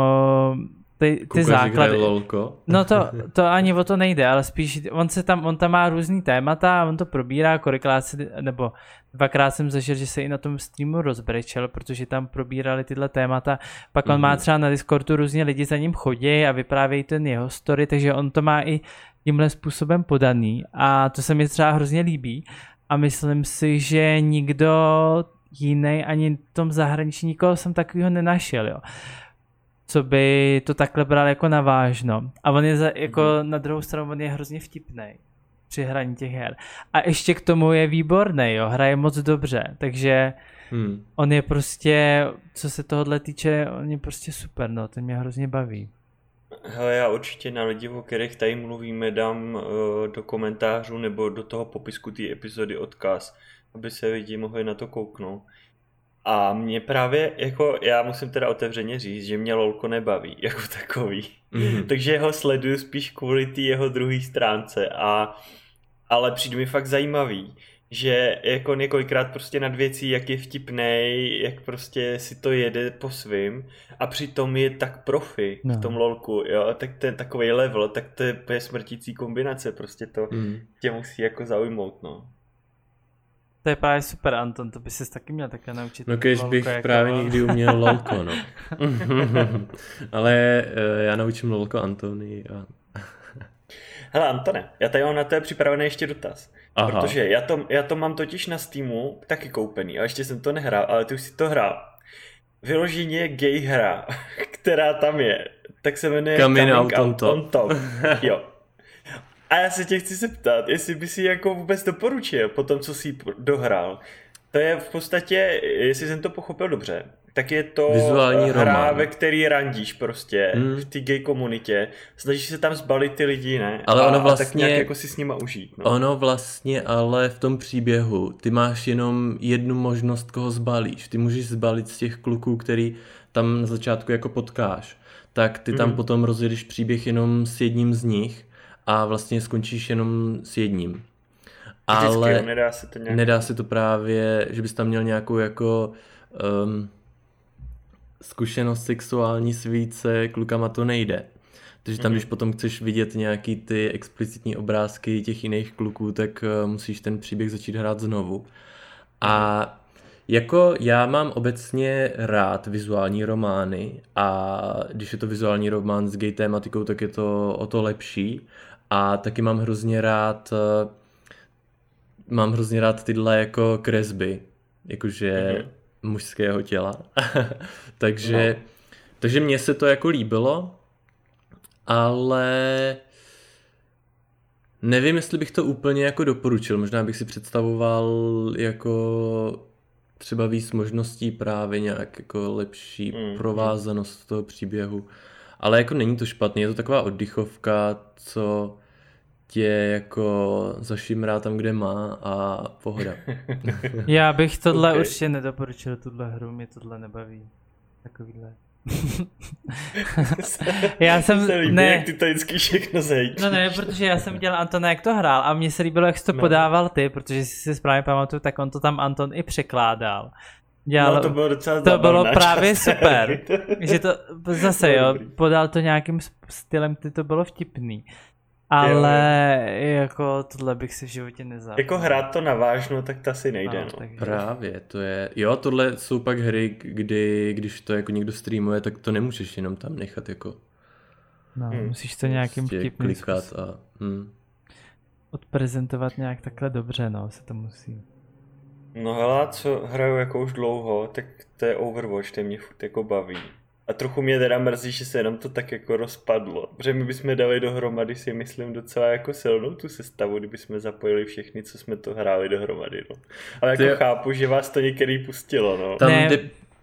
ty základy. No to ani o to nejde, ale spíš on tam má různý témata, on to probírá, nebo dvakrát jsem zažil, že se i na tom streamu rozbrečel, protože tam probírali tyhle témata. Pak on má třeba na Discordu různě lidi za ním chodí a vyprávějí ten jeho story, takže on to má i tímhle způsobem podaný a to se mi třeba hrozně líbí a myslím si, že nikdo jiný, ani v tom zahraničí nikoho jsem takovýho nenašel, jo. Co by to takhle bral jako na vážno. A on je jako na druhou stranu on je hrozně vtipnej při hraní těch her. A ještě k tomu je výborný, jo, hraje moc dobře, takže on je prostě, co se tohohle týče, on je prostě super, no, ten mě hrozně baví. Hele, já určitě na lidi, o kterých tady mluvíme, dám do komentářů nebo do toho popisku té epizody odkaz, aby se lidi mohli na to kouknout. A mě právě, jako já musím teda otevřeně říct, že mě LOLko nebaví jako takový. Takže ho sleduju spíš kvůli té jeho druhé stránce, ale přijde mi fakt zajímavý, že jako několikrát prostě nad věcí, jak je vtipnej, jak prostě si to jede po svým a přitom je tak profi v tom LOLku, jo, tak ten takovej level, tak to je smrtící kombinace, prostě to tě musí jako zaujmout, no. To je právě super, Anton, to by ses taky měl také naučit. No když bych jako právě někdy uměl LOLko, no. Ale já naučím LOLko Antony. Hele Antone, já tady mám na tebe připravený ještě dotaz. Aha. Protože já to mám totiž na Steamu taky koupený, a ještě jsem to nehrál, ale ty už si to hrál. Vyloženě gay hra, která tam je, tak se jmenuje Coming Out on Top. Jo. A já se tě chci zeptat, jestli by si jako vůbec doporučil po tom, co jsi dohrál. To je v podstatě, jestli jsem to pochopil dobře, tak je to vizuální hra, román, ve který randíš prostě v té gay komunitě. Snažíš se tam zbalit ty lidi, ne? Ale ono vlastně, a tak nějak jako si s nima užít. No. Ono vlastně ale v tom příběhu, ty máš jenom jednu možnost, koho zbalíš. Ty můžeš zbalit z těch kluků, který tam na začátku jako potkáš. Tak ty tam potom rozjedeš příběh jenom s jedním z nich a vlastně skončíš jenom s jedním. Ale nedá se to právě, že bys tam měl nějakou jako zkušenost sexuální s více klukama, to nejde. Takže tam, když potom chceš vidět nějaký ty explicitní obrázky těch jiných kluků, tak musíš ten příběh začít hrát znovu. A jako já mám obecně rád vizuální romány a když je to vizuální román s gay tématikou, tak je to o to lepší. A taky mám hrozně rád tyhle jako kresby, jakože mužského těla. takže mně se to jako líbilo, ale nevím, jestli bych to úplně jako doporučil. Možná bych si představoval jako třeba víc možností, právě nějak jako lepší provázanost toho příběhu. Ale jako není to špatný, je to taková oddychovka, co tě jako zašimrá tam, kde má a pohoda. Já bych tohle určitě nedoporučil, tuhle hru, mě tohle nebaví. Takovýhle. Já jsem se líbí, jak ty to vždycky všechno zejď. No ne, protože já jsem viděl Antona, jak to hrál a mně se líbilo, jak jsi to podával ty, protože si si správně pamatuju, tak on to tam Anton i překládal. No, to bylo docela to bylo právě super, že to zase jo, podal to nějakým stylem, kdy to bylo vtipný. ale jako tohle bych si v životě nezapal. Jako hrát to na vážno, tak to asi nejde, no. Takže... Právě, to je, jo, tohle jsou pak hry, kdy, když to jako někdo streamuje, tak to nemůžeš jenom tam nechat jako No, musíš to nějakým prostě vtipným klikat a odprezentovat nějak takhle dobře, no, se to musí. No hele, co hraju jako už dlouho, tak to je Overwatch, ten mě furt jako baví. A trochu mě teda mrzí, že se nám to tak jako rozpadlo. Protože my bychom dali dohromady, si myslím, docela jako silnou tu sestavu, kdybychom zapojili všechny, co jsme to hráli dohromady, no. Ale jako chápu, že vás to některý pustilo, no. tam Ne.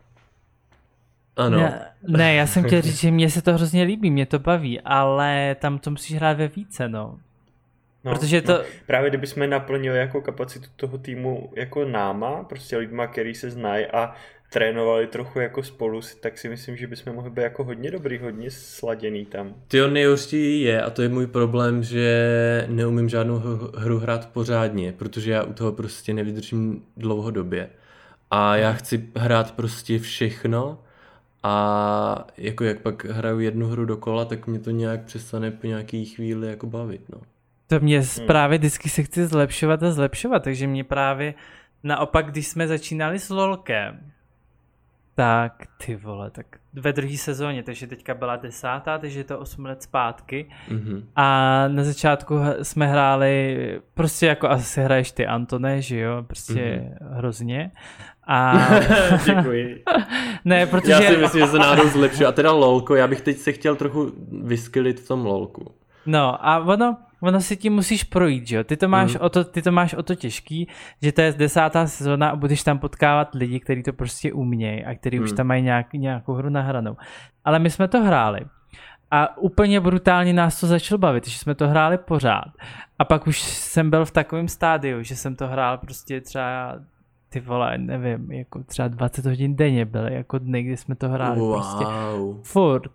Ano. Ne, já jsem chtěl říct, že mně se to hrozně líbí, mě to baví, ale tam to musíš hrát ve více, no. No, Protože to... Právě kdybychom naplnili jako kapacitu toho týmu jako náma, prostě lidma, který se znají a trénovali trochu jako spolu, tak si myslím, že bychom mohli být jako hodně dobrý, hodně sladěný tam. Tyjo, nejhorší je, a to je můj problém, že neumím žádnou hru hrát pořádně, protože já u toho prostě nevydržím dlouhodobě. A já chci hrát prostě všechno a jako jak pak hraju jednu hru dokola, tak mě to nějak přestane po nějaký chvíli jako bavit, no. To mě právě vždycky se chci zlepšovat a zlepšovat, takže mě právě naopak, když jsme začínali s LOLkem, tak ty vole, tak ve druhé sezóně, takže teďka byla 10., takže je to 8 let zpátky a na začátku jsme hráli prostě jako asi hraješ ty Antone, že jo, prostě hrozně a... Děkuji. Ne, protože... Já si myslím, že se náhodou zlepšuje a teda LOLko, já bych teď se chtěl trochu vyskylit v tom LOLku. No a ono si tím musíš projít, že jo? Ty to máš o to těžký, že to je 10. sezóna a budeš tam potkávat lidi, kteří to prostě umějí a kteří už tam mají nějakou hru nahranou. Ale my jsme to hráli a úplně brutálně nás to začalo bavit, že jsme to hráli pořád. A pak už jsem byl v takovém stádiu, že jsem to hrál prostě třeba ty vole, nevím, jako třeba 20 hodin denně byly jako dny, kdy jsme to hráli prostě furt.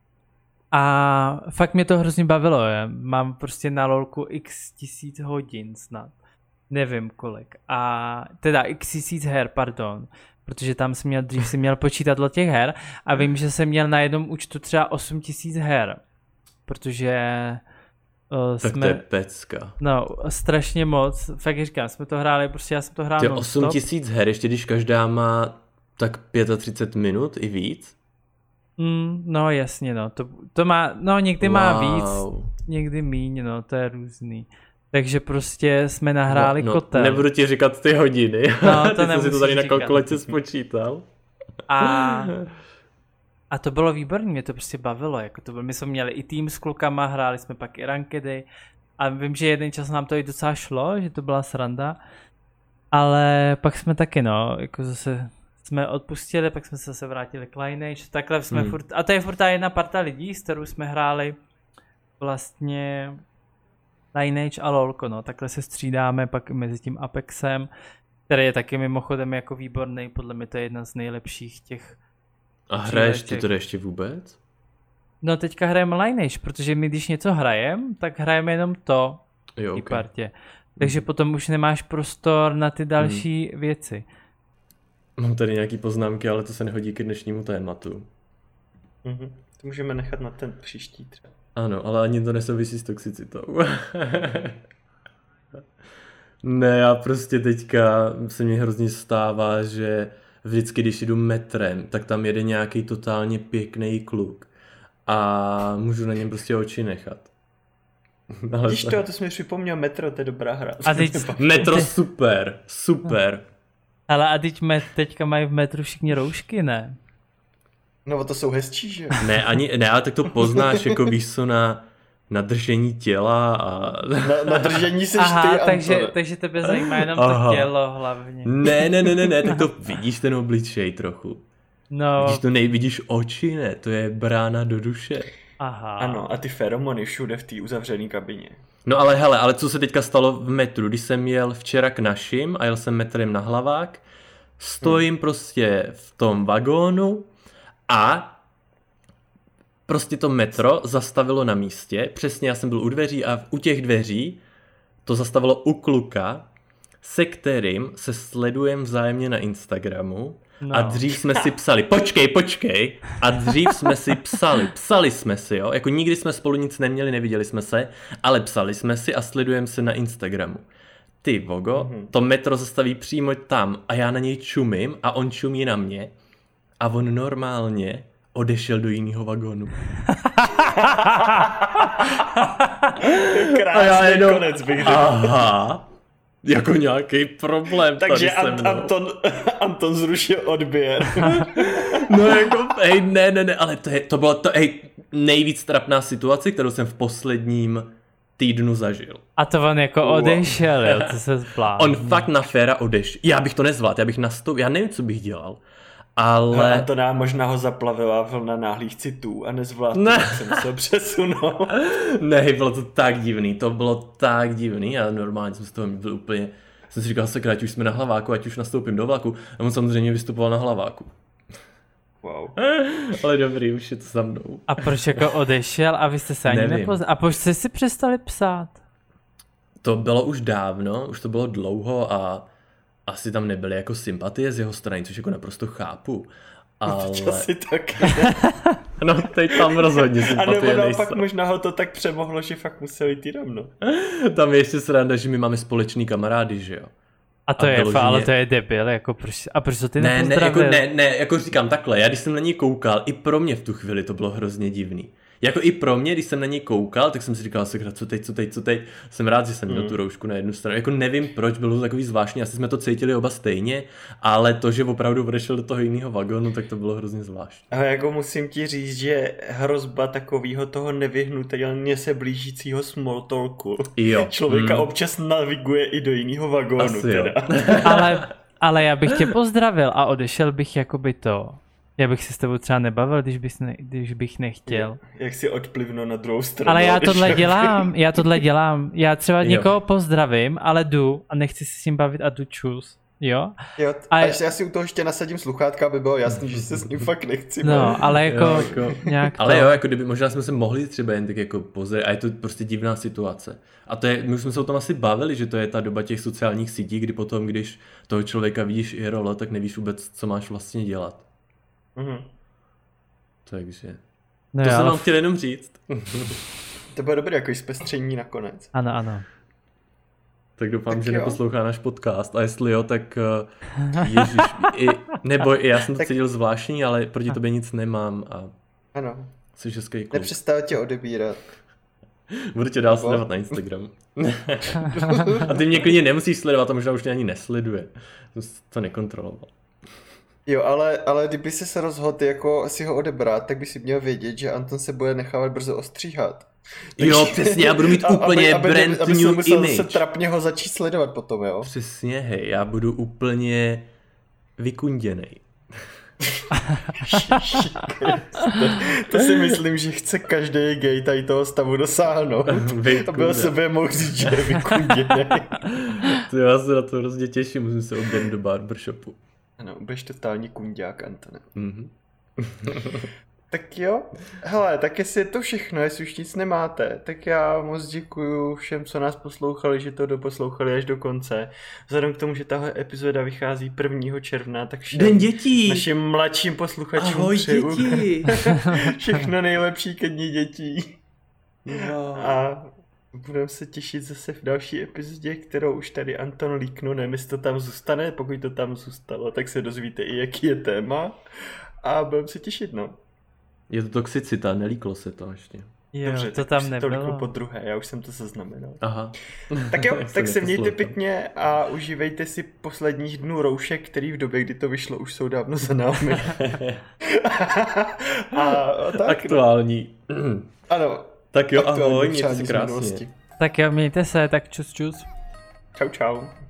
A fakt mě to hrozně bavilo, mám prostě na LOLku x tisíc hodin snad, nevím kolik, a teda x tisíc her, pardon, protože tam dřív jsem měl počítadlo těch her a vím, že jsem měl na jednom účtu třeba 8 tisíc her, protože tak to je pecka. No, strašně moc, fakt říkám, jsme to hráli, prostě já jsem to hrál non-stop. 8 tisíc her, ještě když každá má tak 35 minut i víc? No jasně, no, to má, no někdy má víc, někdy míň, no, to je různý. Takže prostě jsme nahráli kotel. Nebudu ti říkat ty hodiny, no, ty jsi si to tady na kalkulaci spočítal. A to bylo výborné, mě to prostě bavilo, jako to bylo, my jsme měli i tým s klukama, hráli jsme pak i rankedy a vím, že jeden čas nám to i docela šlo, že to byla sranda, ale pak jsme taky, no, jako zase jsme odpustili, pak jsme se zase vrátili k Lineage, takhle jsme furt, a to je furt ta jedna parta lidí, s kterou jsme hráli vlastně Lineage a LOLko, no, takhle se střídáme pak mezi tím Apexem, který je taky mimochodem jako výborný, podle mě to je jedna z nejlepších těch. A hraješ ty to ještě vůbec? No teďka hrajeme Lineage, protože my když něco hrajeme, tak hrajeme jenom to v té partě, takže potom už nemáš prostor na ty další věci. Mám tady nějaký poznámky, ale to se nehodí k dnešnímu tématu. To můžeme nechat na ten příští třeba. Ano, ale ani to nesouvisí s toxicitou. Ne, já prostě teďka se mi hrozně stává, že vždycky, když jdu metrem, tak tam jede nějaký totálně pěkný kluk a můžu na něm prostě oči nechat. Víš to jsi mi připomněl Metro, to je dobrá hra. A teď... Metro super. Ale a teďka mají v metru všichni roušky, ne? No to jsou hezčí, že? Ne, ale tak to poznáš, jako víš co, na držení těla a... Na držení seš ty, takže tebe zajímá jenom to tělo hlavně. Ne, tak to vidíš ten obličej trochu. No. Vidíš oči, ne, to je brána do duše. Aha. Ano, a ty feromony všude v té uzavřené kabině. No ale hele, ale co se teďka stalo v metru, když jsem jel včera k našim a jel jsem metrem na Hlavák, stojím prostě v tom vagónu a prostě to metro zastavilo na místě, přesně já jsem byl u dveří a u těch dveří to zastavilo u kluka, se kterým se sledujem vzájemně na Instagramu No. A dřív jsme si psali, počkej, a dřív jsme si psali jsme si, jo, jako nikdy jsme spolu nic neměli, neviděli jsme se, ale psali jsme si a sledujeme se na Instagramu. Ty vogo, to metro zastaví přímo tam a já na něj čumím a on čumí na mě a on normálně odešel do jiného vagónu. Krásný konec bych řekl. Aha, jako nějaký problém. Takže tady se mnou. Anton zrušil odběr. No jako, hej, ne, ale to bylo nejvíc trapná situace, kterou jsem v posledním týdnu zažil. A to on jako odešel, jo, to se zblázil. On fakt na féra odešel. Já bych to nezvládl, já nevím, co bych dělal. Ale... Antona možná ho zaplavila vlna náhlých citů a nezvládl, tak se musel přesunout. Ne, bylo to tak divný a normálně jsem z toho byl úplně, jsem si říkal, sakra, ať už jsme na Hlaváku, ať už nastoupím do vlaku a on samozřejmě vystupoval na Hlaváku. Wow. Ale dobrý, už je to za mnou. A proč jako odešel a vy jste se ani nepoznali? A proč jste si přestali psát? To bylo už dávno, už to bylo dlouho a asi tam nebyly jako sympatie z jeho strany, což jako naprosto chápu. Ale... Asi tak. No, teď tam rozhodně sympatie nejsou. A nebo naopak možná ho to tak přemohlo, že fakt musel jít jinam, no. Tam je ještě sranda, že my máme společný kamarády, že jo. A to je, ale to je debil, jako proč to ty nepozdravil? Ne, jako říkám takhle, já když jsem na něj koukal, i pro mě v tu chvíli to bylo hrozně divný. Jako i pro mě, když jsem na něj koukal, tak jsem si říkal, sakra, co teď, jsem rád, že jsem měl tu roušku na jednu stranu. Jako nevím proč, bylo to takový zvláštní, asi jsme to cítili oba stejně, ale to, že opravdu odešel do toho jiného vagónu, tak to bylo hrozně zvláštní. A jako musím ti říct, že hrozba takového toho nevyhnutelně se blížícího small talku člověka občas naviguje i do jiného vagónu. Teda. ale já bych tě pozdravil a odešel bych jakoby to. Já bych se s tebou třeba nebavil, když bych nechtěl. Jak si odplivnu na druhou stranu. Ale já tohle dělám. Já třeba někoho pozdravím, ale jdu a nechci se s ním bavit a jdu čus. Jo? A já si u toho ještě nasadím sluchátka, aby bylo jasný, že se s ním fakt nechci bavit. No, ale jako nějak to... Ale jo, jako kdyby možná jsme se mohli třeba jen tak jako pozdravit a je to prostě divná situace. A to je, my jsme se o tom asi bavili, že to je ta doba těch sociálních sítí, kdy potom, když toho člověka vidíš IRL, tak nevíš vůbec, co máš vlastně dělat. Takže no to jsem vám chtěl jenom říct. To bylo dobré jako zpestření nakonec. Ano. Tak doufám, že neposlouchá náš podcast a jestli jo, tak ježiš, nebo já jsem to cítil zvláštní, ale proti tobě nic nemám a ano. Jsi hezký kluk. Nepřestal tě odebírat. Budu tě dál sledovat na Instagramu. A ty mě klidně nemusíš sledovat, a možná už mě ani nesleduje. Jsem to nekontroloval. Jo, ale kdyby se rozhodl jako si ho odebrat, tak by si měl vědět, že Anton se bude nechávat brzo ostříhat. Takže, jo, přesně, já budu mít úplně brand new image. Aby se trapně ho začít sledovat potom, jo? Přesně, hej, já budu úplně vykunděnej. To si myslím, že chce každý gay tady toho stavu dosáhnout. Aby o sobě mohl říct, že je vykunděnej. Já se na to hrozně těším, musím se objednat do barbershopu. Ano, budeš totální kunďák, Antone. Tak jo, hele, tak jestli je to všechno, jestli už nic nemáte, tak já moc děkuju všem, co nás poslouchali, že to doposlouchali až do konce. Vzhledem k tomu, že tahle epizoda vychází 1. června, tak všem Den dětí. Našim mladším posluchačům ahoj, přeju děti. všechno nejlepší ke dní dětí. Wow. A budeme se těšit zase v další epizodě, kterou už tady Anton líknu, nevím, jestli to tam zůstane, pokud to tam zůstalo, tak se dozvíte i jaký je téma a budeme se těšit, no. Je to toxicita, nelíklo se to ještě. Jo, dobře, to tam nebylo. To po druhé, já už jsem to zaznamenal. Aha. Tak jo, tak se mějte pěkně a užívejte si posledních dnů roušek, který v době, kdy to vyšlo, už jsou dávno za námi. a tak, aktuální. Ano. Tak jo, ahoj, mějte se krásně. Tak jo, mějte se, tak čus. Čau.